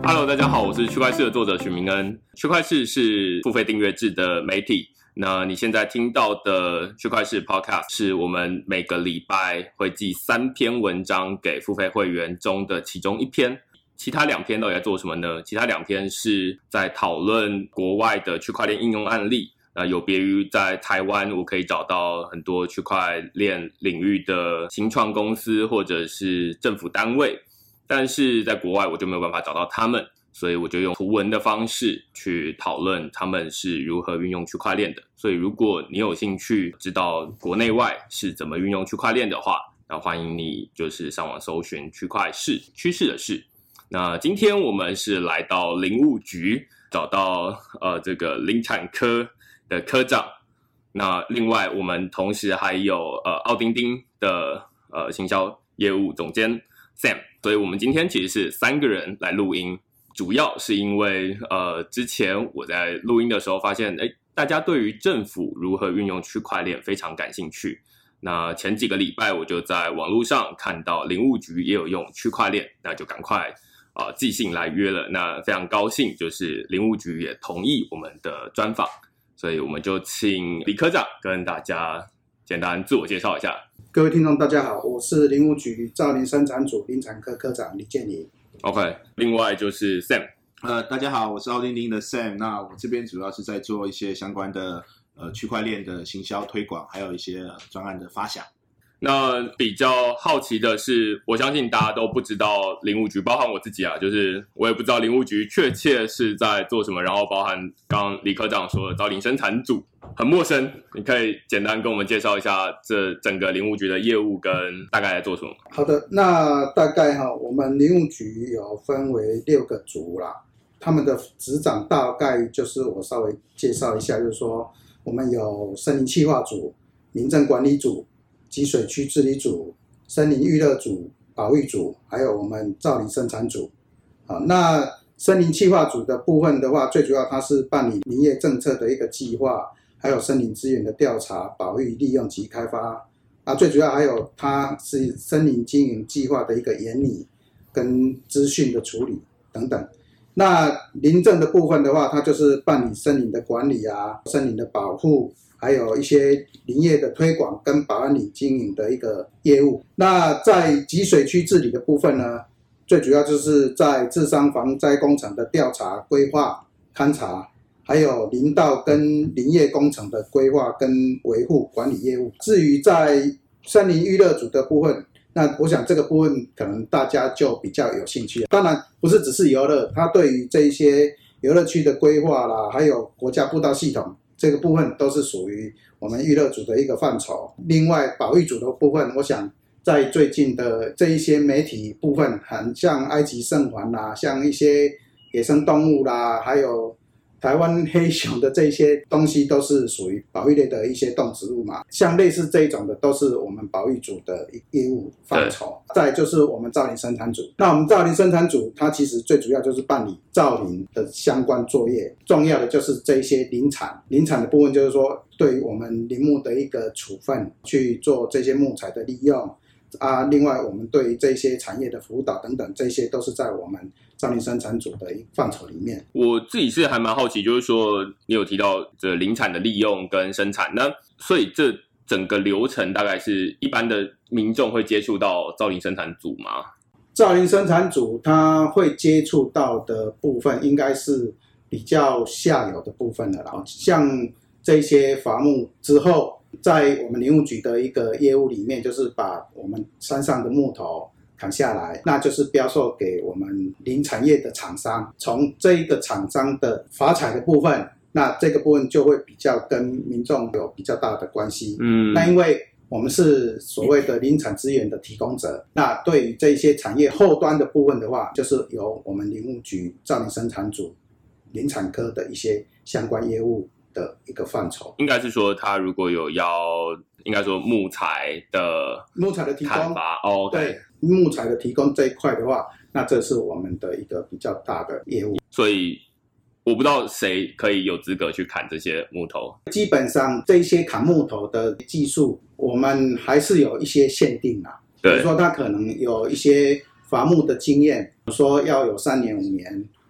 Hello， 大家好，我是区块市的作者许明恩。区块市是付费订阅制的媒体，那你现在听到的区块市 Podcast 是我们每个礼拜会寄3篇文章给付费会员中的其中1篇。其他2篇到底在做什么呢？其他2篇是在讨论国外的区块链应用案例。有别于在台湾，我可以找到很多区块链领域的新创公司或者是政府单位，但是在国外我就没有办法找到他们，所以我就用图文的方式去讨论他们是如何运用区块链的。所以如果你有兴趣知道国内外是怎么运用区块链的话，那欢迎你就是上网搜寻区块市，趋势的市。那今天我们是来到林务局，找到这个林产科的科长。那另外我们同时还有奥丁丁的行销业务总监 Sam， 所以我们今天其实是3个人来录音，主要是因为之前我在录音的时候发现大家对于政府如何运用区块链非常感兴趣。那前几个礼拜我就在网络上看到林务局也有用区块链，那就赶快寄信来约了。那非常高兴，就是林务局也同意我们的专访，所以我们就请李科长跟大家简单自我介绍一下。 各位听众大家好，我是林务局兆林生产组林产科科长李建宁。 OK， 另外就是 Sam。 大家好，我是奥丁丁的 Sam。 那我这边主要是在做一些相关的区块链的行销推广，还有一些专案的发想。 那比较好奇的是，我相信大家都不知道林务局，包含我自己啊，就是我也不知道林务局确切是在做什么，然后包含刚刚李科长说的兆林生产组很陌生，你可以简单跟我们介绍一下这整个林务局的业务跟大概在做什么？ 好的，那大概我们林务局有分为6个组啦，他们的职掌大概就是我稍微介绍一下，就是说我们有森林企划组、民政管理组、集水区治理组、森林娱乐组、保育组，还有我们兆林生产组。那森林企划组的部分的话，最主要它是办理林业政策的一个计划，还有森林资源的调查、保育、利用及开发。最主要还有它是森林经营计划的一个研拟跟资讯的处理等等。那林政的部分的话，它就是办理森林的管理啊、森林的保护，还有一些林业的推广跟保安里经营的一个业务。那在集水区治理的部分呢，最主要就是在治商防灾工程的调查、规划、勘察，还有林道跟林业工程的规划跟维护管理业务。至于在森林娱乐组的部分，那我想这个部分可能大家就比较有兴趣。当然不是只是游乐，它对于这一些游乐区的规划啦，还有国家步道系统这个部分都是属于我们娱乐组的一个范畴。另外保育组的部分，我想在最近的这一些媒体部分，很像埃及圣环啦，像一些野生动物啦，还有台湾黑熊的这些东西，都是属于保育类的一些动植物嘛。像类似这一种的，都是我们保育组的业务范畴。再就是我们兆林生产组，那我们兆林生产组，它其实最主要就是办理兆林的相关作业，重要的就是这一些林产的部分，就是说对于我们林木的一个处分，去做这些木材的利用另外我们对于这些产业的辅导等等，这些都是在我们兆林生产组的范畴里面。 我自己是还蛮好奇，就是说你有提到这林产的利用跟生产，那所以这整个流程大概是一般的民众会接触到兆林生产组吗？ 兆林生产组它会接触到的部分应该是比较下游的部分了啦，像这些伐木之后，在我们林务局的一个业务里面，就是把我们山上的木头砍下来，那就是标售给我们林产业的厂商。从这一个厂商的发财的部分，那这个部分就会比较跟民众有比较大的关系。那因为我们是所谓的林产资源的提供者，那对于这些产业后端的部分的话，就是由我们林务局兆林生产组林产科的一些相关业务的一个范畴。 应该是说他如果有应该说木材的提供砍伐对木材的提供这一块的话，那这是我们的一个比较大的业务。 所以我不知道谁可以有资格去砍这些木头。 基本上这些砍木头的技术，我们还是有一些限定啦。比如说他可能有一些伐木的经验，说要有3年5年，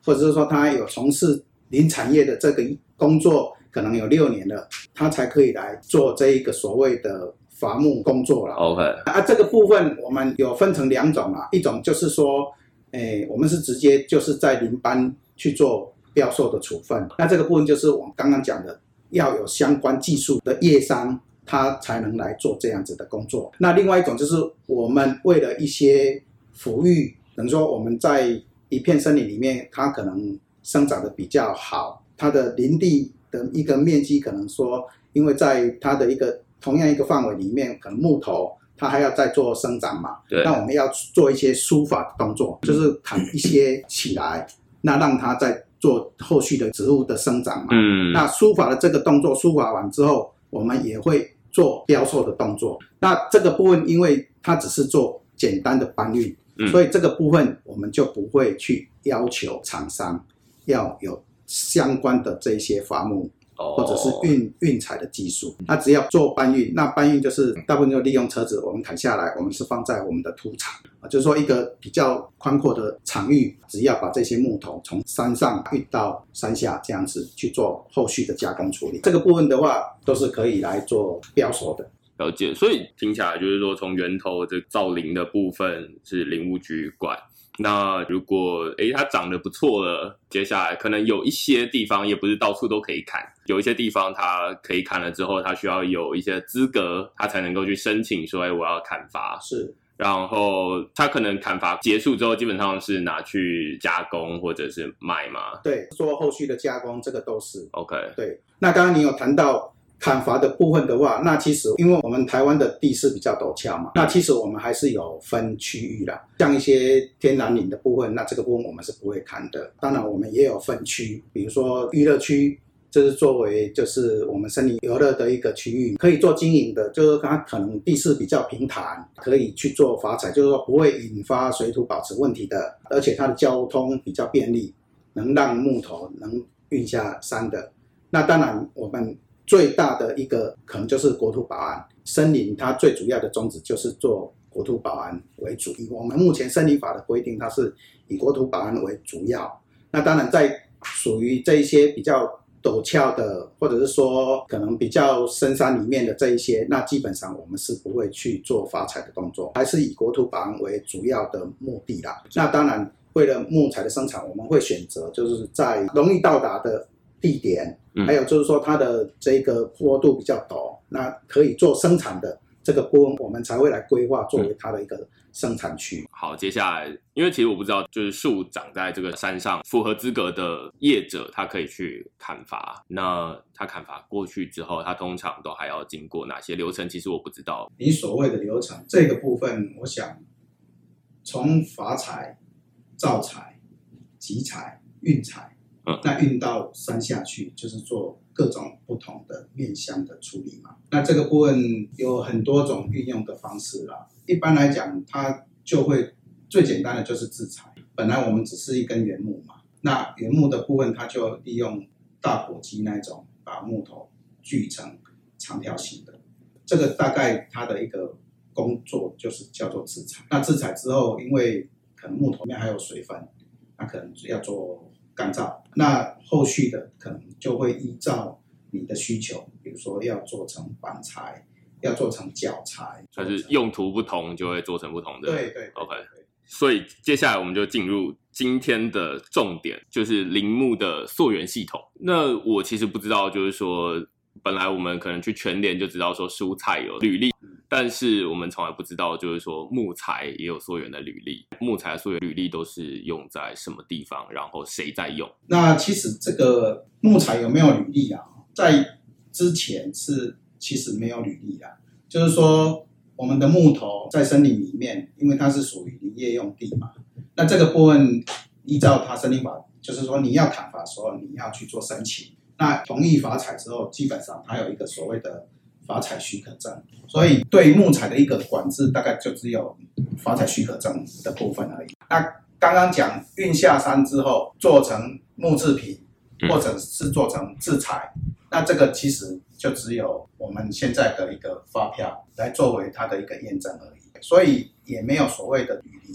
或者是说他有从事林产业的这个工作，可能有6年了，他才可以来做这一个所谓的伐木工作了。 OK， 这个部分我们有分成2种啊，一种就是说，我们是直接就是在林班去做标售的处分，那这个部分就是我们刚刚讲的，要有相关技术的业商，他才能来做这样子的工作。那另外一种就是我们为了一些抚育，等于说我们在一片森林里面，它可能生长的比较好，它的林地的一个面积可能说，因为在它的同样一个范围里面，可能木头它还要再做生长嘛，那我们要做一些疏伐的动作，就是砍一些起来，那让它再做后续的植物的生长嘛。那疏伐的这个动作，疏伐完之后，我们也会做标售的动作。那这个部分，因为它只是做简单的搬运，所以这个部分我们就不会去要求厂商要有相关的这些伐木或者是运材的技术。那只要做搬运，那搬运就是大部分就利用车子，我们砍下来，我们是放在我们的土场，就是说一个比较宽阔的场域，只要把这些木头从山上运到山下，这样子去做后续的加工处理。这个部分的话，都是可以来做标售的。 了解，所以听起来就是说，从源头这造林的部分是林务局管。那如果它长得不错了，接下来可能有一些地方也不是到处都可以砍，有一些地方它可以砍了之后，它需要有一些资格，它才能够去申请说，我要砍伐。 是。 然后它可能砍伐结束之后，基本上是拿去加工或者是卖嘛？ 对，做后续的加工，这个都是 OK。 对，那刚刚你有谈到砍伐的部分的话，那其实因为我们台湾的地势比较陡峭嘛，那其实我们还是有分区域啦，像一些天然林的部分，那这个部分我们是不会砍的。当然我们也有分区，比如说娱乐区，这是作为就是我们森林游乐的一个区域，可以做经营的，就是它可能地势比较平坦，可以去做伐采，就是说不会引发水土保持问题的，而且它的交通比较便利，能让木头能运下山的。那当然我们最大的一个可能就是国土保安，森林它最主要的宗旨就是做国土保安为主。以我们目前森林法的规定，它是以国土保安为主要。那当然在属于这一些比较陡峭的，或者是说可能比较深山里面的这一些，那基本上我们是不会去做伐采的动作，还是以国土保安为主要的目的啦。那当然为了木材的生产，我们会选择就是在容易到达的地点，还有就是说它的这个坡度比较陡，那可以做生产的这个部分，我们才会来规划作为它的一个生产区。 好，接下来因为其实我不知道，就是树长在这个山上，符合资格的业者他可以去砍伐，那他砍伐过去之后，他通常都还要经过哪些流程？其实我不知道。 你所谓的流程这个部分，我想从伐采、造采、集采、运采，那运到山下去，就是做各种不同的面向的处理嘛。那这个部分有很多种运用的方式啦。一般来讲，它就会最简单的就是制裁。本来我们只是一根原木嘛，那原木的部分，它就利用大火机那种把木头锯成长条形的。这个大概它的一个工作就是叫做制裁。那制裁之后，因为可能木头里面还有水分，那可能要做干燥，那后续的可能就会依照你的需求，比如说要做成板材，要做成脚材， 它是用途不同就会做成不同的。 对对 ，OK。所以接下来我们就进入今天的重点，就是林木的溯源系统。那我其实不知道，就是说本来我们可能去全联就知道说蔬菜有履历，但是我们从来不知道，就是说木材也有溯源的履历。木材的溯源履历都是用在什么地方，然后谁在用？ 那其实这个木材有没有履历啊？在之前是其实没有履历啊，就是说我们的木头在森林里面，因为它是属于林业用地嘛，那这个部分依照它森林法，就是说你要砍伐的时候，你要去做申请。那同意伐采之后，基本上它有一个所谓的伐采许可证，所以对木材的一个管制大概就只有伐采许可证的部分而已。那刚刚讲运下山之后做成木制品，或者是做成制材，那这个其实就只有我们现在的一个发票来作为它的一个验证而已，所以也没有所谓的履历啦。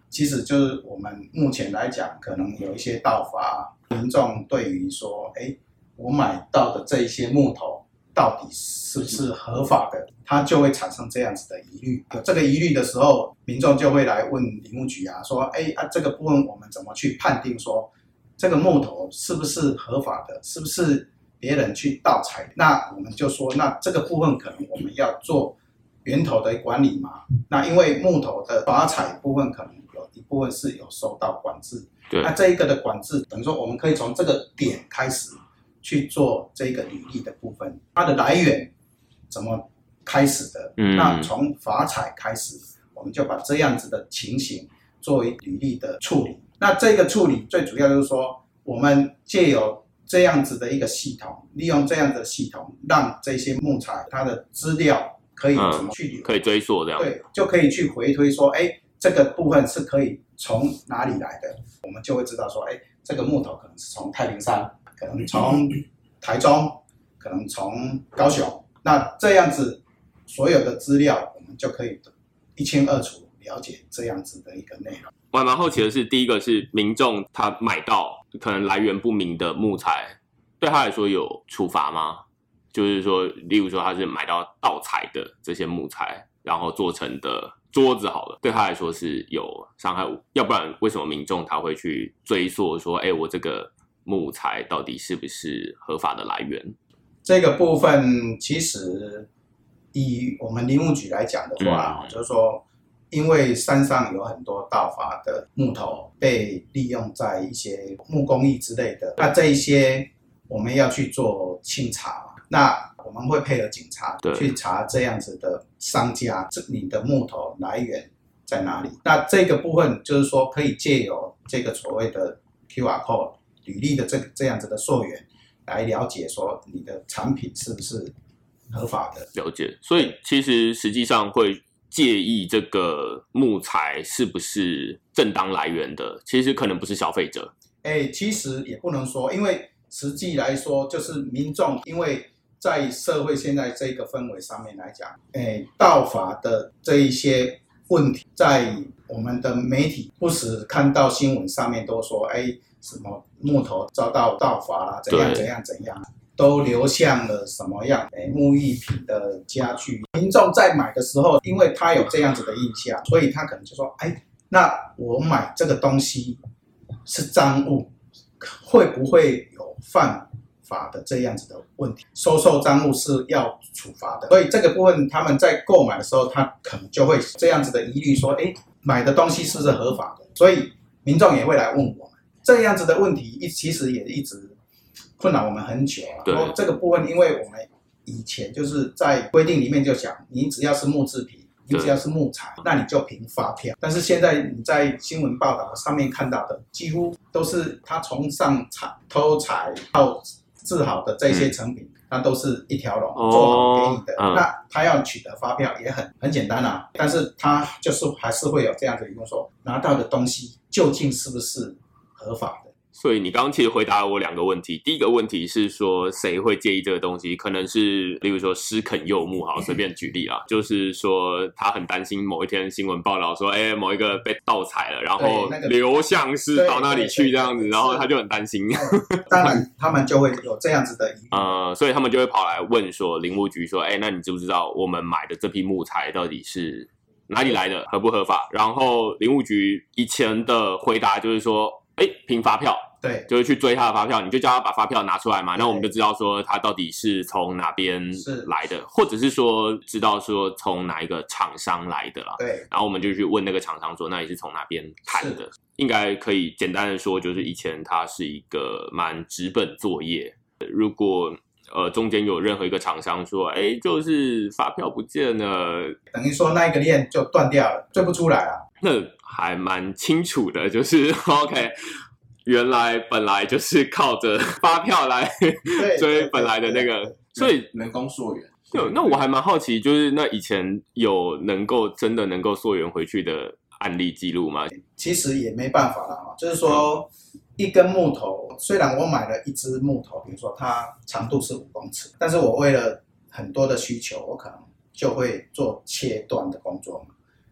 其实就是我们目前来讲，可能有一些盗伐，民众对于说，我买到的这一些木头到底是不是合法的，他就会产生这样子的疑虑。有这个疑虑的时候，民众就会来问林务局啊，说，这个部分我们怎么去判定说这个木头是不是合法的，是不是别人去盗采？那我们就说，那这个部分可能我们要做源头的管理嘛。那因为木头的伐采部分可能有一部分是有受到管制， 对， 那这一个的管制，等于说我们可以从这个点开始去做这个履历的部分，它的来源怎么开始的？那从伐采开始，我们就把这样子的情形作为履历的处理。那这个处理最主要就是说，我们借由这样子的一个系统，利用这样的系统，让这些木材它的资料可以怎么去留， 可以追溯这样， 对，就可以去回推说，这个部分是可以从哪里来的，我们就会知道说，这个木头可能是从太平山，可能从台中，可能从高雄，那这样子所有的资料，我们就可以一清二楚了解这样子的一个内容。 我还蛮好奇的是，第一个是民众他买到可能来源不明的木材，对他来说有处罚吗？就是说，例如说他是买到盗采的这些木材，然后做成的桌子好了，对他来说是有伤害，要不然为什么民众他会去追溯说，我这个木材到底是不是合法的来源？ 这个部分其实以我们林务局来讲的话，就是说，因为山上有很多盗伐的木头被利用在一些木工艺之类的，那这一些我们要去做清查，那我们会配合警察去查这样子的商家，你的木头来源在哪里？那这个部分就是说，可以借由这个所谓的 QR code 履历的这样子的溯源，来了解说你的产品是不是合法的。 了解，所以其实实际上会介意这个木材是不是正当来源的，其实可能不是消费者。 其实也不能说，因为实际来说，就是民众因为在社会现在这个氛围上面来讲，盗伐的这一些问题，在我们的媒体不时看到新闻上面都说，什么木头遭到盗伐啦，怎样怎样怎样，都流向了什么样木艺品的家具。民众在买的时候，因为他有这样子的印象，所以他可能就说，那我买这个东西是赃物，会不会有犯法的这样子的问题？收受赃物是要处罚的，所以这个部分他们在购买的时候，他可能就会这样子的疑虑，说，买的东西是不是合法的？所以民众也会来问我们这样子的问题，其实也一直困扰我们很久了。然后这个部分，因为我们以前就是在规定里面就讲，你只要是木制品，你只要是木材，那你就凭发票。但是现在你在新闻报道上面看到的，几乎都是他从上偷采到制好的这些成品，那都是一条龙做好给你的。那他要取得发票也很简单啊，但是他就是还是会有这样的疑问，说拿到的东西究竟是不是合法的？ 所以你刚刚其实回答了我2个问题。第一个问题是说谁会介意这个东西，可能是例如说狮啃柚木，好，随便举例啦，就是说他很担心某一天新闻报道说，某一个被盗采了，然后流向是到那里去这样子，然后他就很担心。 当然他们就会有这样子的疑虑， 所以他们就会跑来问说林务局说，那你知不知道我们买的这批木材到底是哪里来的，合不合法？然后林务局以前的回答就是说，凭发票。 对， 就是去追他的发票，你就叫他把发票拿出来嘛，那我们就知道说他到底是从哪边来的，或者是说知道说从哪一个厂商来的啦。 对， 然后我们就去问那个厂商说，那你是从哪边谈的？应该可以简单的说，就是以前它是一个蛮纸本作业，如果中间有任何一个厂商说，就是发票不见了， 等于说那一个链就断掉了，追不出来了。 那还蛮清楚的，就是 OK。原来本来就是靠着发票来追本来的那个，所以人工溯源。 对，那我还蛮好奇，就是那以前有真的能够溯源回去的案例记录吗？ 其实也没办法啦，就是说一根木头，虽然我买了一支木头，比如说它长度是5公尺，但是我为了很多的需求，我可能就会做切断的工作嘛。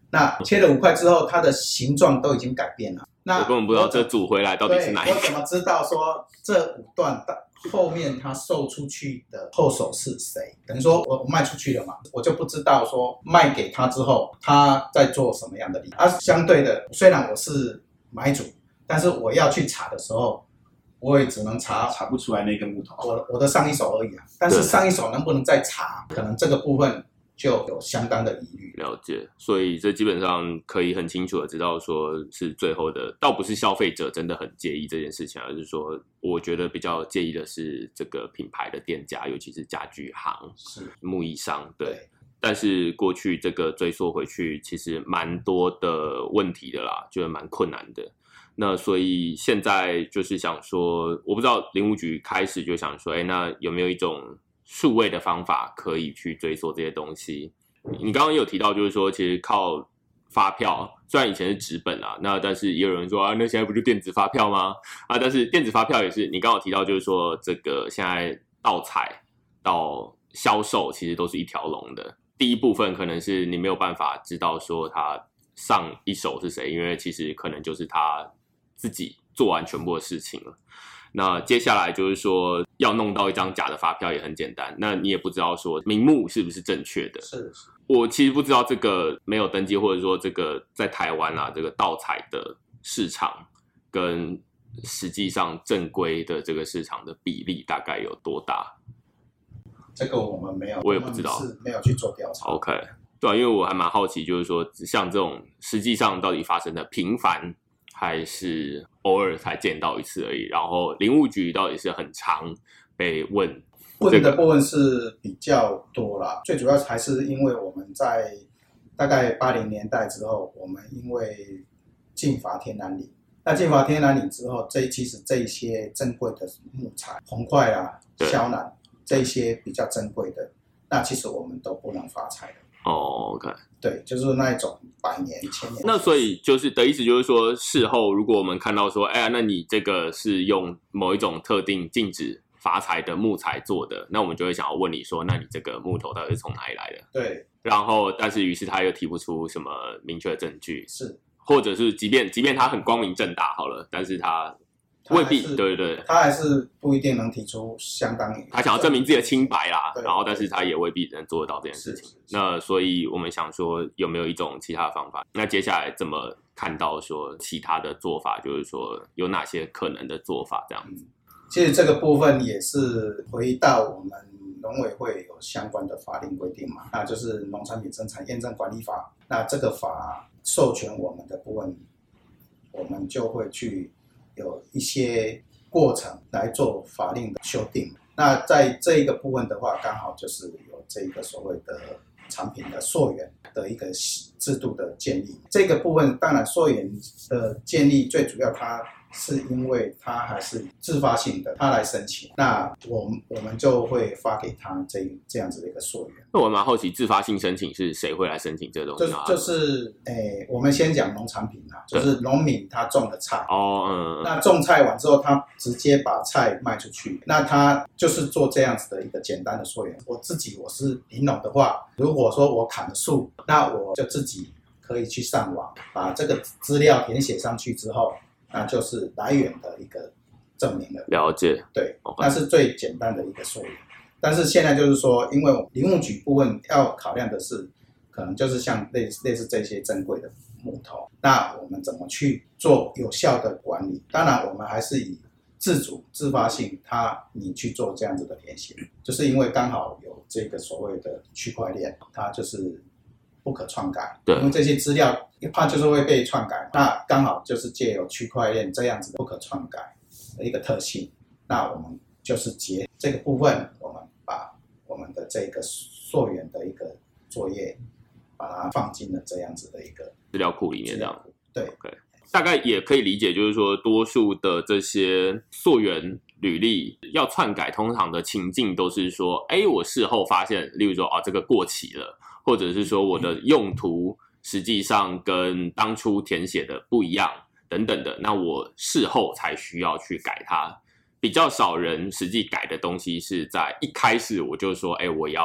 那切了5块之后，它的形状都已经改变了。那我根本不知道这组回来到底是哪一个。 我怎么知道说这5段后面它售出去的后手是谁？等于说我卖出去了嘛，我就不知道说卖给他之后他在做什么样的利益。相对的，虽然我是买主，但是我要去查的时候，我也只能查不出来那根木头， 我的上一手而已啊。但是上一手能不能再查，可能这个部分就有相当的疑虑。 了解，所以这基本上可以很清楚的知道说是最后的，倒不是消费者真的很介意这件事情，而是说我觉得比较介意的是这个品牌的店家，尤其是家具行、 是木艺商，对。但是过去这个追溯回去，其实蛮多的问题的啦，觉得蛮困难的。那所以现在就是想说，我不知道林务局开始就想说，那有没有一种数位的方法可以去追溯这些东西？你刚刚也有提到，就是说其实靠发票，虽然以前是纸本啊，那但是也有人说啊，那现在不就电子发票吗？啊，但是电子发票也是你刚刚有提到，就是说这个现在盗采到销售其实都是一条龙的。第一部分可能是你没有办法知道说他上一手是谁，因为其实可能就是他自己做完全部的事情了。那接下来就是说要弄到一张假的发票也很简单，那你也不知道说名目是不是正确的。 是我其实不知道这个没有登记，或者说这个在台湾啊，这个盗采的市场跟实际上正规的这个市场的比例大概有多大？ 这个我们没有， 我也不知道， 是没有去做调查。 OK， 对啊，因为我还蛮好奇，就是说像这种实际上到底发生的频繁，还是偶尔才见到一次而已？然后林务局到底是很常被问的部分是比较多啦，最主要还是因为我们在大概80年代之后，我们因为禁伐天然林，那禁伐天然林之后，其实这一些珍贵的木材，红块啦、肖楠这一些比较珍贵的，那其实我们都不能发财的。 OK， 对，就是那一种100年、1000年。 那所以就是的意思就是说，事后如果我们看到说，那你这个是用某一种特定禁止伐材的木材做的，那我们就会想要问你说，那你这个木头到底是从哪里来的？ 对。 然后，但是于是他又提不出什么明确的证据， 是， 或者是即便他很光明正大好了，但是他未必，对， 他还是不一定能提出相当于他想要证明自己的清白啦，然后但是他也未必能做得到这件事情。那所以我们想说，有没有一种其他的方法？那接下来怎么看到说其他的做法，就是说有哪些可能的做法这样子？ 其实这个部分也是回到我们农委会有相关的法令规定嘛，那就是《农产品生产验证管理法》。那这个法授权我们的部分，我们就会去有一些过程来做法令的修订。那在这一个部分的话，刚好就是有这个所谓的产品的溯源的一个制度的建立。这个部分当然溯源的建立最主要它是因为他还是自发性的，他来申请，那我们就会发给他这样子的一个溯源。 那我蛮好奇，自发性申请是谁会来申请这个东西啊？ 就是我们先讲农产品啊，就是农民他种的菜那种菜完之后，他直接把菜卖出去，那他就是做这样子的一个简单的溯源。我是林农的话，如果说我砍了树，那我就自己可以去上网把这个资料填写上去之后，那就是来源的一个证明了。 了解， 对，那是最简单的一个溯源。但是现在就是说，因为林务局部分要考量的是，可能就是像类似这些珍贵的木头，那我们怎么去做有效的管理？当然，我们还是以自主自发性，你去做这样子的填写，就是因为刚好有这个所谓的区块链，它就是不可篡改，因为这些资料怕就是会被篡改，那刚好就是借由区块链这样子的不可篡改的一个特性，那我们就是结这个部分，我们把我们的这个溯源的一个作业，把它放进了这样子的一个资料库里面，这样对。 Okay. 大概也可以理解，就是说，多数的这些溯源履历要篡改，通常的情境都是说，我事后发现，例如说，这个过期了，或者是说我的用途实际上跟当初填写的不一样，等等的，那我事后才需要去改它。比较少人实际改的东西是在一开始我就说，我要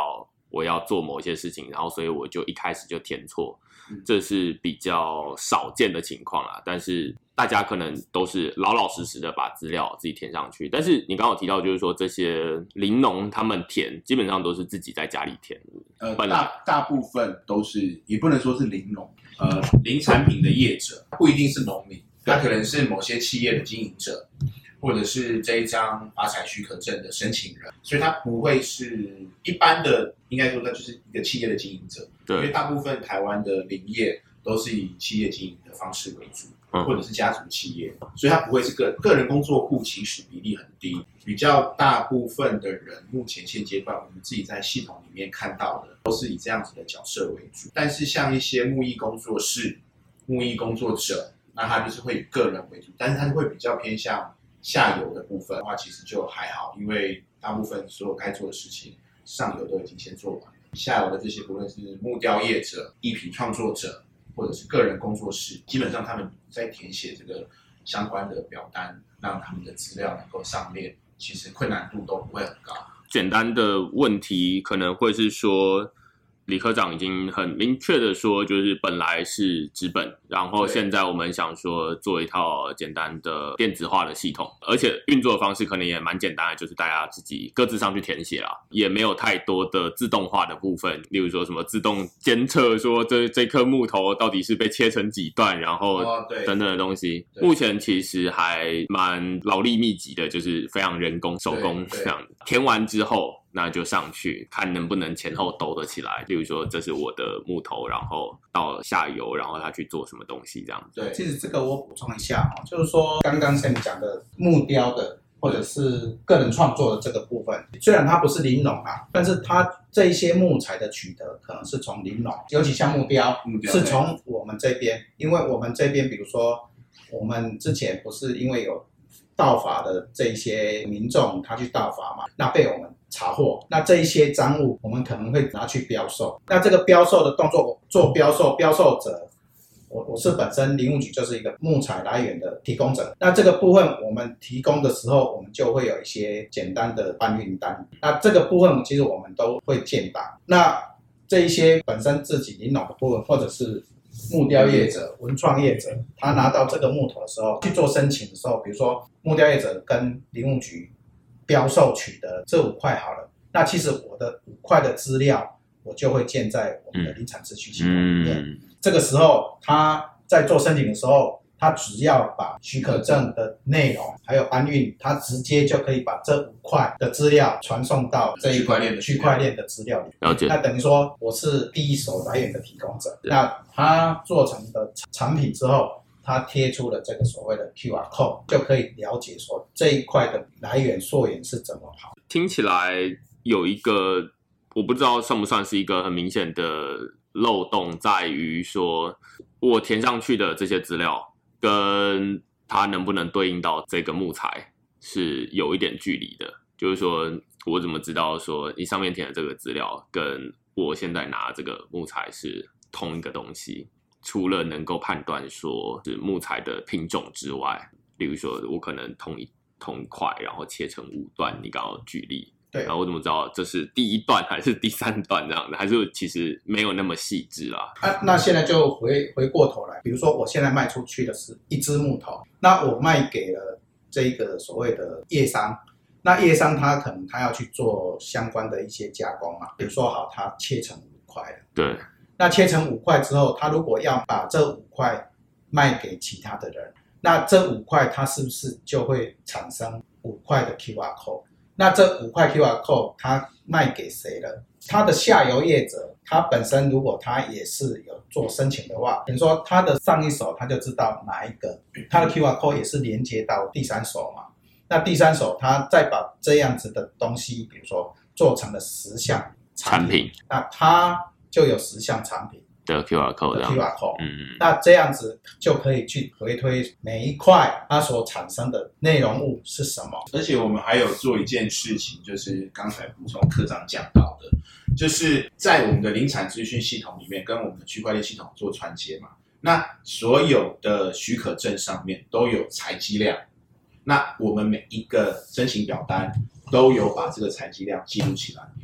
我要做某些事情，然后所以我就一开始就填错，这是比较少见的情况啦。但是大家可能都是老老实实的把资料自己填上去。但是你刚刚有提到，就是说这些林农他们填，基本上都是自己在家里填。 大部分都是，也不能说是林农，林产品的业者不一定是农民，他可能是某些企业的经营者，或者是这一张发财许可证的申请人，所以他不会是一般的，应该说他就是一个企业的经营者。 对， 因为大部分台湾的林业都是以企业经营的方式为主，或者是家族企业，所以它不会是个人工作户，其实比例很低。比较大部分的人，目前现阶段我们自己在系统里面看到的，都是以这样子的角色为主。但是像一些木艺工作室、木艺工作者，那他就是会以个人为主，但是他就会比较偏向下游的部分的话，其实就还好，因为大部分所有该做的事情，上游都已经先做完了。下游的这些，不论是木雕业者、艺品创作者，或者是个人工作室，基本上他们在填写这个相关的表单，让他们的资料能够上列，其实困难度都不会很高。 简单的问题可能会是说，李科长已经很明确的说，就是本来是纸本，然后现在我们想说做一套简单的电子化的系统，而且运作的方式可能也蛮简单的，就是大家自己各自上去填写啦，也没有太多的自动化的部分，例如说什么自动监测说这颗木头到底是被切成几段，然后等等的东西，目前其实还蛮劳力密集的，就是非常人工手工这样。填完之后那就上去看能不能前后兜得起来，例如说这是我的木头，然后到下游，然后他去做什么东西这样。 对，其实这个我补充一下就是说刚刚 Sam 讲的木雕的或者是个人创作的这个部分，虽然它不是林农啊，但是它这一些木材的取得可能是从林农，尤其像木雕是从我们这边，因为我们这边比如说我们之前不是因为有盗伐的这一些民众他去盗伐嘛，那被我们查获，那这一些赃物我们可能会拿去标售，那这个标售的动作做标售，标售者我是本身林务局就是一个木材来源的提供者，那这个部分我们提供的时候，我们就会有一些简单的搬运单，那这个部分其实我们都会建档，那这一些本身自己林农的部分或者是木雕业者、文创业者，他拿到这个木头的时候去做申请的时候，比如说木雕业者跟林务局标售取得这5块好了，那其实我的5块的资料我就会建在我们的林产资讯系统里面。这个时候他在做申请的时候，他只要把许可证的内容还有搬运，他直接就可以把这5块的资料传送到这一个区块链的资料里。 了解。 那等于说我是第一手来源的提供者。那他做成的产品之后，他贴出了这个所谓的 QR code， 就可以了解说这一块的来源溯源是怎么跑。 听起来有一个我不知道算不算是一个很明显的漏洞，在于说我填上去的这些资料跟它能不能对应到这个木材是有一点距离的，就是说我怎么知道说你上面填的这个资料跟我现在拿这个木材是同一个东西，除了能够判断说是木材的品种之外，例如说我可能同一块然后切成5段，你刚刚举例， 对， 然后我怎么知道这是第1段还是第3段这样的？还是其实没有那么细致啊？ 那现在就回过头来，比如说我现在卖出去的是一只木头，那我卖给了这个所谓的业商，那业商他可能他要去做相关的一些加工嘛，比如说好，他切成5块了， 对， 那切成5块之后，他如果要把这5块卖给其他的人，那这5块他是不是就会产生5块的 QR code？那这5块 QR code 它卖给谁了？它的下游业者，他本身如果他也是有做申请的话，等于说他的上一手他就知道哪一个，他的 QR code 也是连接到第3手嘛。那第3手他再把这样子的东西，比如说做成了10项产品，那他就有10项产品的 QR code， 那这样子就可以去回推每一块它所产生的内容物是什么。 而且我们还有做一件事情，就是刚才补充科长讲到的，就是在我们的林产资讯系统里面跟我们的区块链系统做串接嘛，那所有的许可证上面都有采集量，那我们每一个申请表单都有把这个采集量记录起来，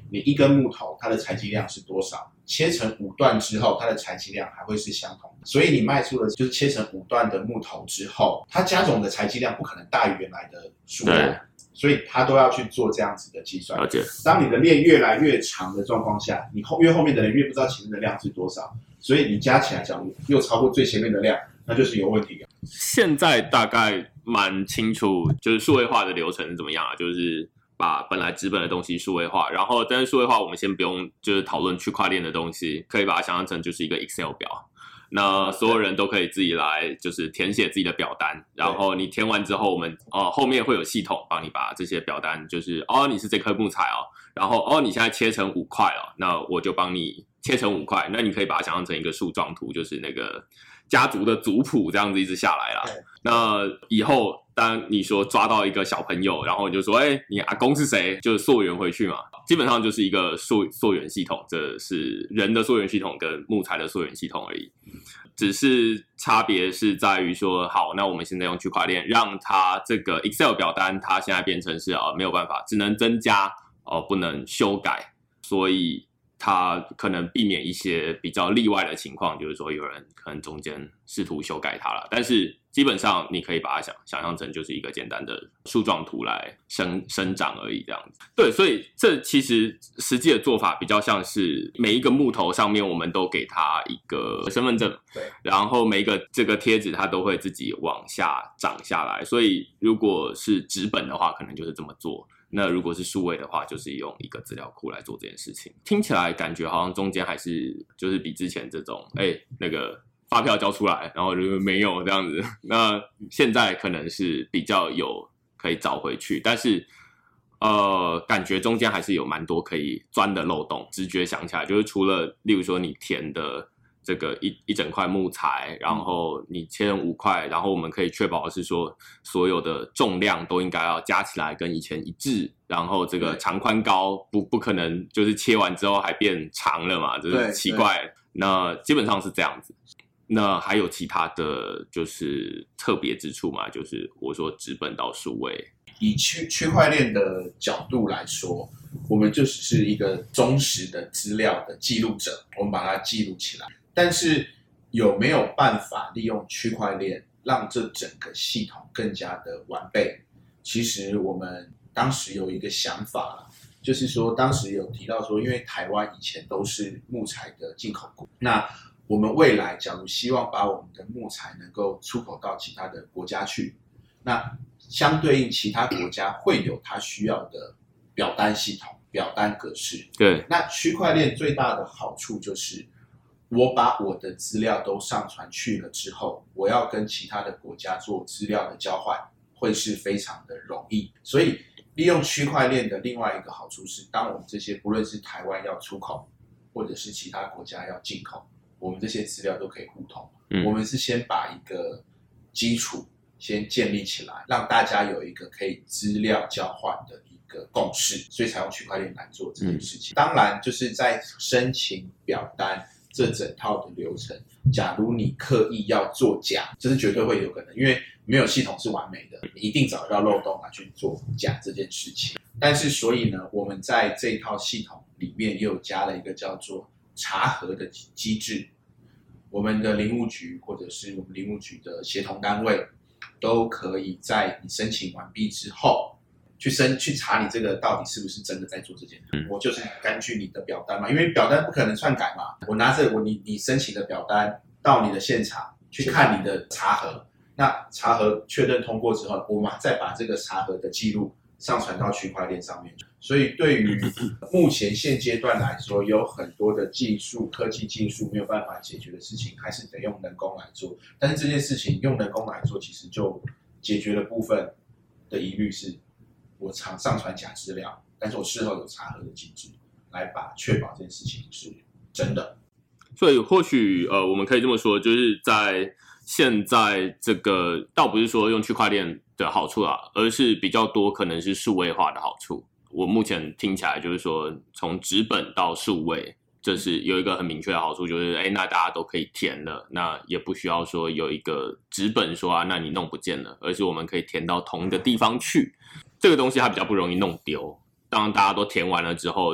你一根木头它的采集量是多少，切成5段之后它的采集量还会是相同的。所以你卖出的就是切成5段的木头之后，它加总的采集量不可能大于原来的数量，所以它都要去做这样子的计算。 了解。 当你的链越来越长的状况下，你越后面的人越不知道前面的量是多少，所以你加起来假如又超过最前面的量，那就是有问题的。 现在大概蛮清楚，就是数位化的流程是怎么样啊？就是把本来纸本的东西数位化，然后但是数位化我们先不用就是讨论区块链的东西，可以把它想象成就是一个 Excel 表。那所有人都可以自己来，就是填写自己的表单，然后你填完之后，我们后面会有系统帮你把这些表单，就是你是这棵木材然后你现在切成5块了，那我就帮你切成5块，那你可以把它想象成一个树状图，就是那个家族的族谱这样子一直下来啦。那以后当你说抓到一个小朋友，然后你就说，你阿公是谁？就是溯源回去嘛，基本上就是一个溯源系统，这是人的溯源系统跟木材的溯源系统而已。只是差别是在于说，好，那我们现在用区块链让它这个 Excel 表单，它现在变成是没有办法，只能增加不能修改，所以它可能避免一些比较例外的情况，就是说有人可能中间试图修改它了，但是基本上你可以把它想象成就是一个简单的树状图来生长而已，这样子。对，所以这其实实际的做法比较像是每一个木头上面我们都给它一个身份证， 对， 然后每一个这个贴纸它都会自己往下长下来，所以如果是纸本的话，可能就是这么做。那如果是数位的话，就是用一个资料库来做这件事情。听起来感觉好像中间还是就是比之前这种那个发票交出来，然后就没有这样子。那现在可能是比较有可以找回去，但是感觉中间还是有蛮多可以钻的漏洞。直觉想起来，就是除了例如说你填的这个一整块木材，然后你切成5块，然后我们可以确保的是说所有的重量都应该要加起来跟以前一致，然后这个长宽高不可能就是切完之后还变长了嘛，这是奇怪。那基本上是这样子。那还有其他的就是特别之处嘛？就是我说纸本到数位， 以区块链的角度来说，我们就只是一个忠实的资料的记录者，我们把它记录起来。但是有没有办法利用区块链让这整个系统更加的完备？其实我们当时有一个想法，就是说当时有提到说，因为台湾以前都是木材的进口国，那我们未来假如希望把我们的木材能够出口到其他的国家去，那相对应其他国家会有它需要的表单系统、表单格式。 对， 那区块链最大的好处就是，我把我的资料都上传去了之后，我要跟其他的国家做资料的交换，会是非常的容易。所以利用区块链的另外一个好处是，当我们这些不论是台湾要出口，或者是其他国家要进口，我们这些资料都可以互通。我们是先把一个基础先建立起来，让大家有一个可以资料交换的一个共识，所以才用区块链来做这件事情。当然就是在申请表单这整套的流程，假如你刻意要作假，这是绝对会有可能，因为没有系统是完美的，你一定找得到漏洞来去做假这件事情。但是所以呢，我们在这一套系统里面又加了一个叫做查核的机制，我们的林务局或者是我们林务局的协同单位都可以在你申请完毕之后去查你这个到底是不是真的在做这件事。我就是根据你的表单嘛，因为表单不可能篡改嘛，我拿着你申请的表单到你的现场去看你的查核，那查核确认通过之后，我们再把这个查核的记录上传到区块链上面。所以对于目前现阶段来说，有很多的科技技术没有办法解决的事情，还是得用人工来做。但是这件事情用人工来做，其实就解决了部分的疑虑，是我上传假资料，但是我事后有查核的机制来确保这件事情是真的。 所以或许我们可以这么说，就是在现在这个倒不是说用区块链的好处啦，而是比较多可能是数位化的好处。我目前听起来就是说，从纸本到数位，这是有一个很明确的好处，就是那大家都可以填了，那也不需要说有一个纸本说那你弄不见了，而是我们可以填到同一个地方去。这个东西它比较不容易弄丢。当大家都填完了之后，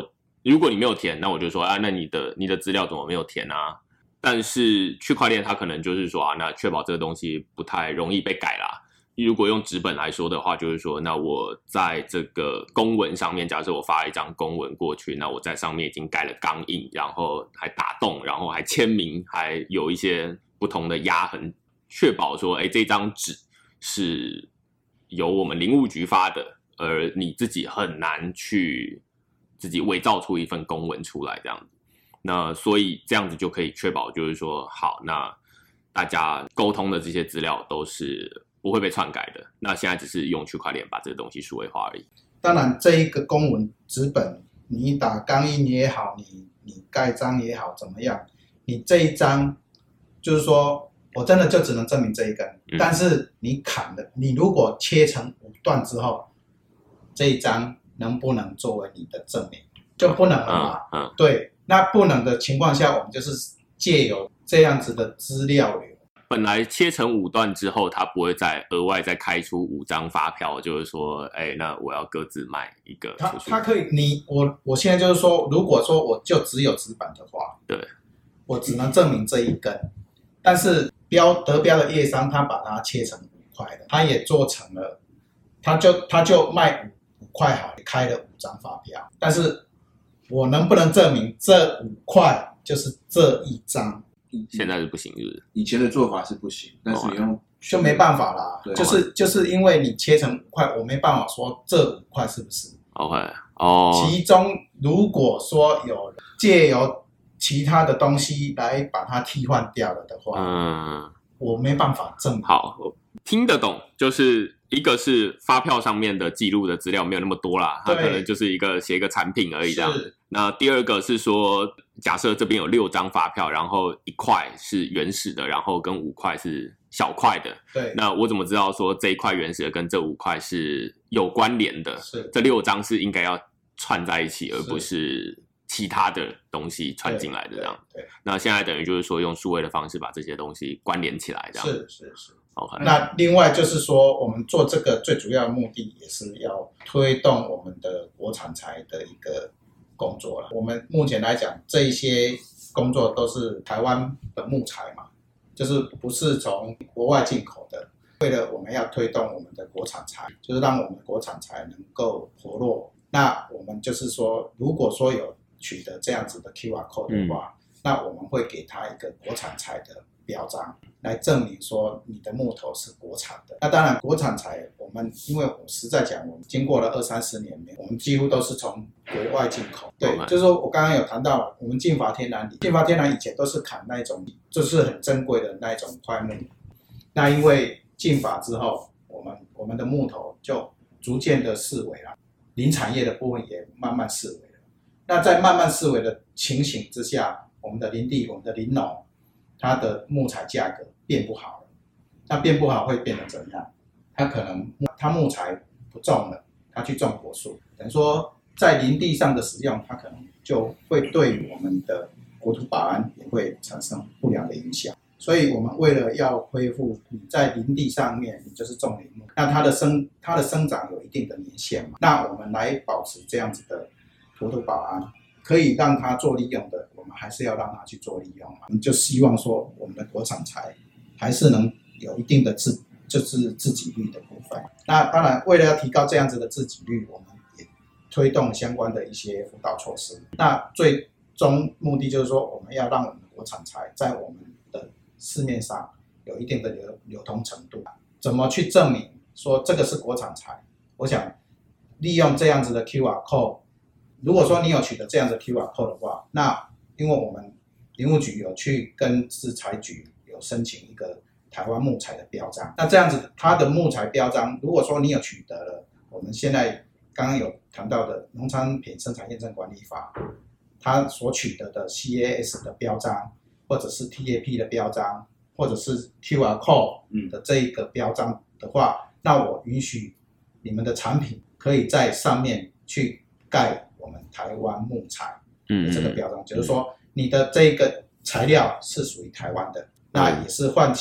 如果你没有填，那我就说啊，那你的资料怎么没有填啊？但是区块链它可能就是说啊，那确保这个东西不太容易被改啦。如果用纸本来说的话，就是说，那我在这个公文上面，假设我发了一张公文过去，那我在上面已经盖了钢印，然后还打洞，然后还签名，还有一些不同的压痕，确保说，这张纸是由我们林务局发的，而你自己很难去自己伪造出一份公文出来这样子。那所以这样子就可以确保，就是说，好，那大家沟通的这些资料都是不会被篡改的。那现在只是用区块链把这个东西数位化而已。 当然，这一个公文纸本，你打钢印也好，你盖章也好，怎么样？你这一张，就是说我真的就只能证明这一根。但是你砍的，你如果切成5段之后，这一张能不能作为你的证明？就不能了嘛。对，那不能的情况下，我们就是借由这样子的资料流。 本来切成5段之后，他不会再额外再开出5张发票，就是说，那我要各自卖一个出去。 他可以，我现在就是说，如果说我就只有纸本的话， 对， 我只能证明这一根。但是得标的业商，他把它切成5块的，他也做成了，他就卖5块好，开了5张发票。但是我能不能证明这5块就是这一张？ 现在是不行，是不是？ 以前的做法是不行，但是你用就没办法啦。就是因为你切成5块，我没办法说这5块是不是 ？OK， 其中如果说有借由其他的东西来把它替换掉了的话，我没办法证明。 好，我听得懂，就是一个是发票上面的记录的资料没有那么多啦，它可能就是写一个产品而已这样子。那第二个是说，假设这边有6张发票，然后1块是原始的，然后跟5块是小块的。 对， 那我怎么知道说这一块原始的跟这5块是有关联的？ 是这6张是应该要串在一起，而不是其他的东西串进来的这样。 对， 那现在等于就是说用数位的方式把这些东西关联起来，这样。 是。 Okay. 那另外就是说，我们做这个最主要的目的也是要推动我们的国产材的一个工作了。我们目前来讲，这一些工作都是台湾的木材嘛，就是不是从国外进口的。为了我们要推动我们的国产材，就是让我们的国产材能够活络。那我们就是说，如果说有取得这样子的 QR code 的话，那我们会给他一个国产材的标章，来证明说你的木头是国产的。那当然，国产材因为我实在讲，我们经过了20-30年，我们几乎都是从国外进口。对，就是说我刚刚有谈到，我们进伐天然以前都是砍那种就是很珍贵的那种块木。那因为进伐之后，我们的木头就逐渐的式微了，林产业的部分也慢慢式微了。那在慢慢式微的情形之下，我们的林地、我们的林农，它的木材价格变不好了。那变不好会变成怎样？它可能它木材不种了，它去种果树，等于说在林地上的使用，它可能就会对我们的国土保安也会产生不良的影响。所以我们为了要恢复你在林地上面，你就是种林木，那它的生长有一定的年限嘛，那我们来保持这样子的国土保安，可以让它做利用的，我们还是要让它去做利用嘛。我们就希望说，我们的国产材还是能有一定的自给率的部分。那当然，为了要提高这样子的自给率，我们也推动相关的一些辅导措施。那最终目的就是说，我们要让我们的国产材在我们的市面上有一定的流通程度。怎么去证明说这个是国产材？我想利用这样子的 QR code。如果说你有取得这样的 QR code 的话，那因为我们林务局有去跟制材局有申请一个台湾木材的标章，那这样子它的木材标章，如果说你有取得了，我们现在刚刚有谈到的农产品生产验证管理法，它所取得的 CAS 的标章，或者是 TAP 的标章，或者是 QR code 的这一个标章的话，那我允许你们的产品可以在上面去盖我们台湾木材的这个标章，就是说你的这个材料是属于台湾的，那也是唤起我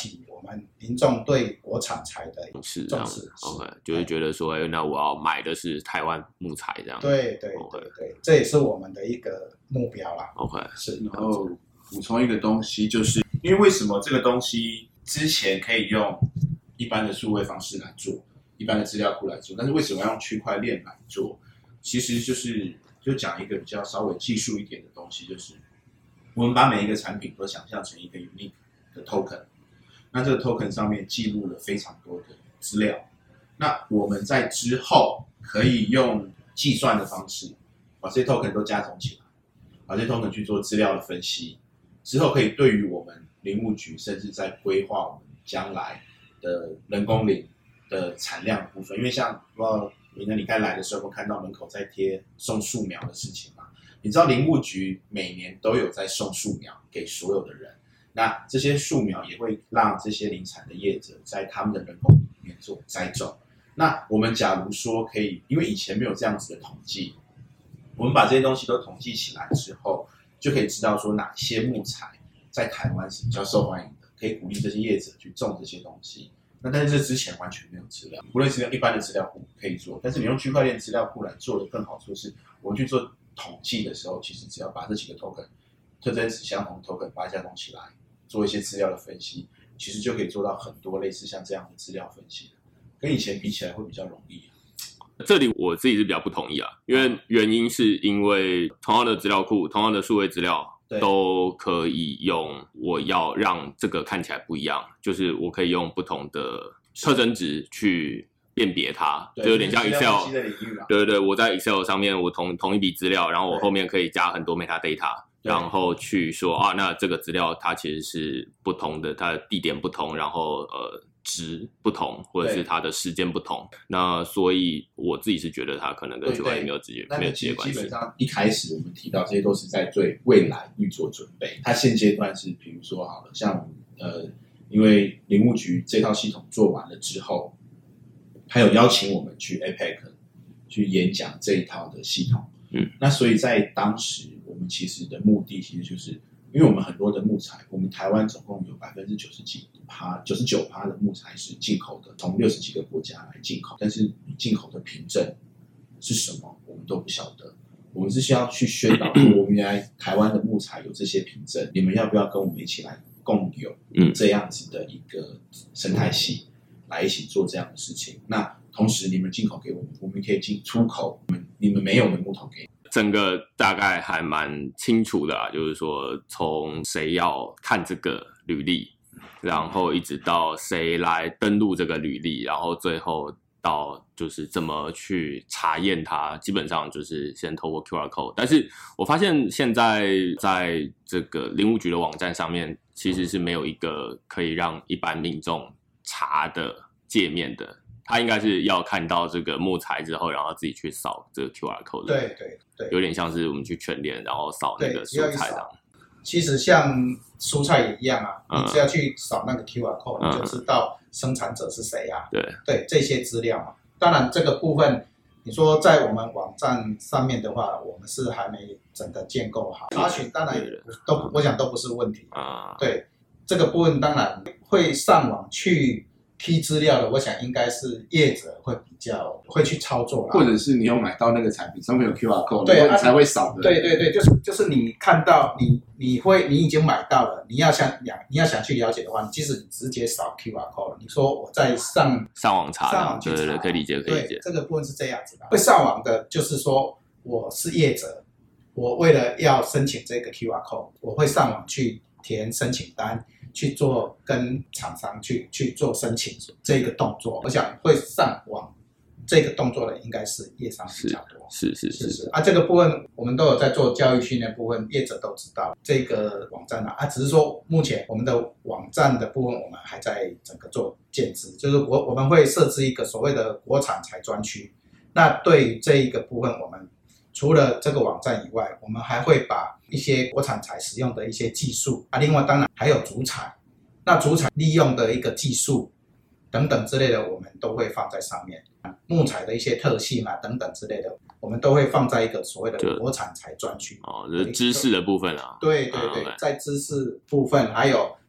们民众对国产材的是重视。 OK， 就是觉得说，那我要买的是台湾木材这样。 对，这也是我们的一个目标啦。 OK， 是。 然后补充一个东西，就是因为为什么这个东西之前可以用一般的数位方式来做，一般的资料库来做，但是为什么要用区块链来做？其实就讲一个比较稍微技术一点的东西，就是我们把每一个产品都想象成一个 unique 的 token， 那这个 token 上面记录了非常多的资料，那我们在之后可以用计算的方式把这些 token 都加总起来，把这些 token 去做资料的分析，之后可以对于我们林务局甚至在规划我们将来的人工林的产量的部分，因为像不知道你刚来的时候看到门口在贴送树苗的事情吗？你知道林务局每年都有在送树苗给所有的人，那这些树苗也会让这些林产的业者在他们的人工里面做栽种。那我们假如说可以，因为以前没有这样子的统计，我们把这些东西都统计起来之后，就可以知道说哪些木材在台湾是比较受欢迎的，可以鼓励这些业者去种这些东西。那但是这之前完全没有资料，无论是用一般的资料库可以做，但是你用区块链资料库来做的更好处是，我们去做统计的时候，其实只要把这几个 token 特征值相同的 token 把它加总起来，做一些资料的分析，其实就可以做到很多类似像这样的资料分析，跟以前比起来会比较容易。 这里我自己是比较不同意啊，因为原因是因为同样的资料库、同样的数位资料都可以用，我要让这个看起来不一样，就是我可以用不同的特征值去辨别它，就有点像 Excel。对，我在 Excel 上面我同一笔资料，然后我后面可以加很多 metadata， 然后去说那这个资料它其实是不同的，它的地点不同，然后值不同，或者是它的时间不同，那所以我自己是觉得它可能跟区块链没有直接关系。 基本上一开始我们提到这些都是在对未来预做准备，它现阶段是比如说好了，像因为林务局这套系统做完了之后，还有邀请我们去 APEC 去演讲这一套的系统。那所以在当时我们其实的目的其实就是因为我们很多的木材，我们台湾总共有99%的木材是进口的，从60几个国家来进口，但是你进口的凭证是什么，我们都不晓得。我们是需要去宣导说，我们原来台湾的木材有这些凭证，你们要不要跟我们一起来共有这样子的一个生态系，来一起做这样的事情？那同时你们进口给我们，我们可以出口你们没有的木头给你。 整个大概还蛮清楚的啦，就是说从谁要看这个履历，然后一直到谁来登录这个履历，然后最后到就是怎么去查验它，基本上就是先透过 QR code。但是我发现现在在这个林务局的网站上面，其实是没有一个可以让一般民众查的界面的。他应该是要看到这个木材之后，然后自己去扫这个 QR code。 对， 有点像是我们去全联，然后扫那个蔬菜的。 其实像蔬菜也一样啊，你只要去扫那个 QR code，你就知道生产者是谁啊。对，这些资料嘛。当然这个部分，你说在我们网站上面的话，我们是还没整个建构好，查询当然我想都不是问题啊。对，这个部分当然会上网去批资料的，我想应该是业者会比较会去操作啦， 或者是你有买到那个产品上面有 QR code， 对， 你才会扫的。 对，就是你看到你已经买到了，你要想去了解的话，即使你直接扫 QR code， 你说我在上网查，对，可以理解。 对，这个部分是这样子的。会上网的，就是说我是业者，我为了要申请这个 QR code， 我会上网去填申请单。去做跟厂商去做申请这个动作，我想会上网这个动作的应该是业商比较多。是啊，这个部分我们都有在做教育训练部分，业者都知道这个网站只是说目前我们的网站的部分我们还在整个做建制，就是我们会设置一个所谓的国产材专区。那对于这一个部分，我们除了这个网站以外，我们还会把一些国产材使用的一些技术另外当然还有竹材，那竹材利用的一个技术等等之类的，我们都会放在上面。木材的一些特性等等之类的，我们都会放在一个所谓的国产材专区。 这是知识的部分啊。 对，在知识部分还有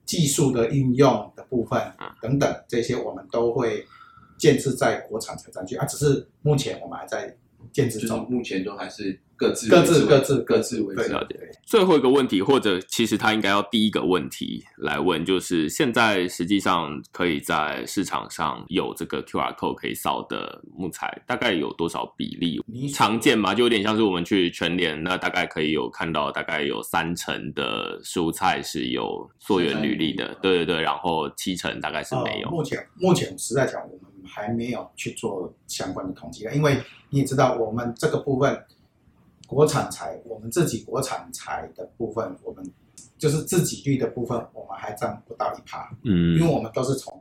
技术的运用的部分等等，这些我们都会建制在国产材上去只是目前我们还在建制中， 目前都还是各自为主。 最后一个问题，或者其实他应该要第一个问题来问，就是现在实际上可以在市场上有这个 QR code 可以扫的木材，大概有多少比例？常见吗？就有点像是我们去全联，那大概可以有看到大概有30%的蔬菜是有溯源履历的，对，然后70%大概是没有。 目前实在讲，我们还没有去做相关的统计，因为你也知道，我们这个部分国产材，我们自己国产材的部分，我们就是自给率的部分，我们还占不到1%，因为我们都是从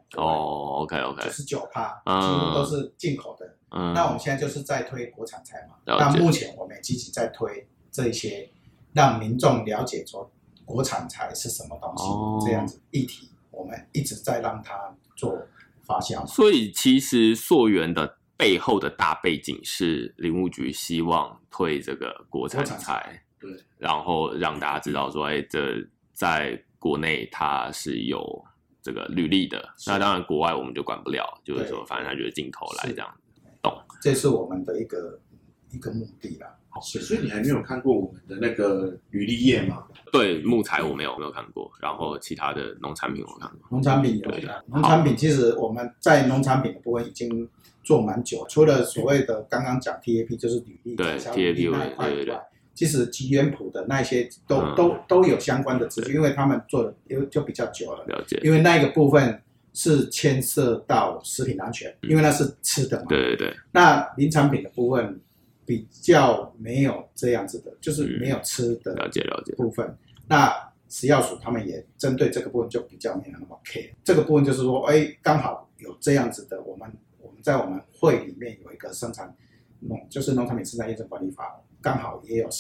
OK 99%，几乎都是进口的。那我们现在就是在推国产材嘛，那目前我们也积极在推这一些，让民众了解说国产材是什么东西，这样子议题，我们一直在让它做发酵。 所以其实溯源的背后的大背景是林务局希望推这个国产材， 对， 然后让大家知道说，这在国内它是有这个履历的。那当然国外我们就管不了，就是说反正它就是进口来这样，懂？ 这是我们的一个目的啦。 所以你还没有看过我们的那个履历页吗？ 对，木材我没有看过，然后其他的农产品我看过。 农产品有，农产品其实我们在农产品的部分已经做蛮久，除了所谓的刚刚讲 TAP 就是履历， 对 TAP 那一块以外，其实集园圃的那些都有相关的资讯，因为他们做的就比较久了， 了解。 因为那个部分是牵涉到食品安全，因为那是吃的嘛。 对。 那林产品的部分比较没有这样子的，就是没有吃的了解部分。那食药署他们也针对这个部分就比较没有那么 care。这个部分就是说，刚好有这样子的，我们在我们会里面有一个生产就是农产品生产验证管理法，刚好也有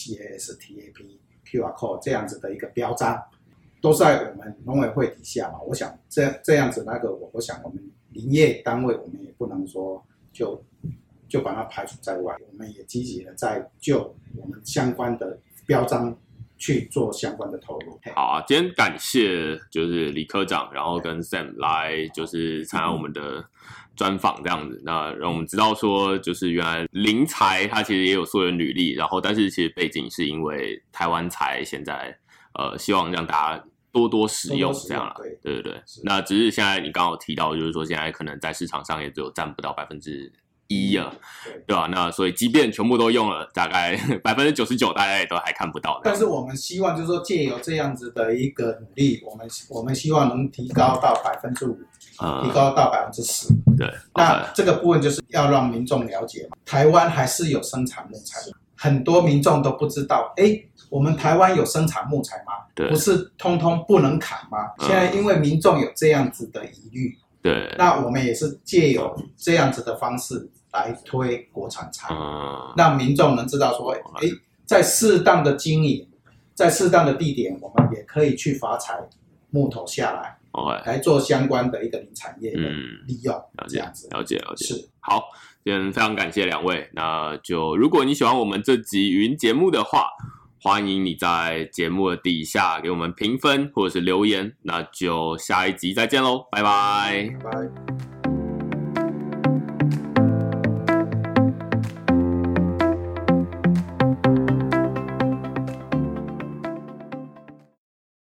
CAS、TAP、QR code 这样子的一个标章，都在我们农委会底下嘛。我想这样子我想我们林业单位我们也不能说就把它排除在外，我们也积极的在就我们相关的标章去做相关的投入。 好啊，今天感谢就是李科长，然后跟 Sam 来就是参加我们的专访这样子，那让我们知道说，就是原来林材它其实也有溯源履历，然后但是其实背景是因为台湾材现在希望让大家多使用这样啦，对。那只是现在你刚好提到，就是说现在可能在市场上也只有占不到1%了，对吧？那所以即便全部都用了，大概99%大家也都还看不到。 但是我们希望就是说，借由这样子的一个努力，我们希望能提高到5%，提高到10%。 对， 那这个部分就是要让民众了解嘛，台湾还是有生产木材，很多民众都不知道，我们台湾有生产木材吗？不是通通不能砍吗？现在因为民众有这样子的疑虑， 对， 那我们也是借由这样子的方式来推国产材，让民众能知道说，在适当的经营，在适当的地点，我们也可以去伐采木头下来，来做相关的一个林产业的利用，这样子。 了解。 是， 好，今天非常感谢两位。那就如果你喜欢我们这集语音节目的话，欢迎你在节目的底下给我们评分或者是留言。那就下一集再见喽，拜拜。 拜拜。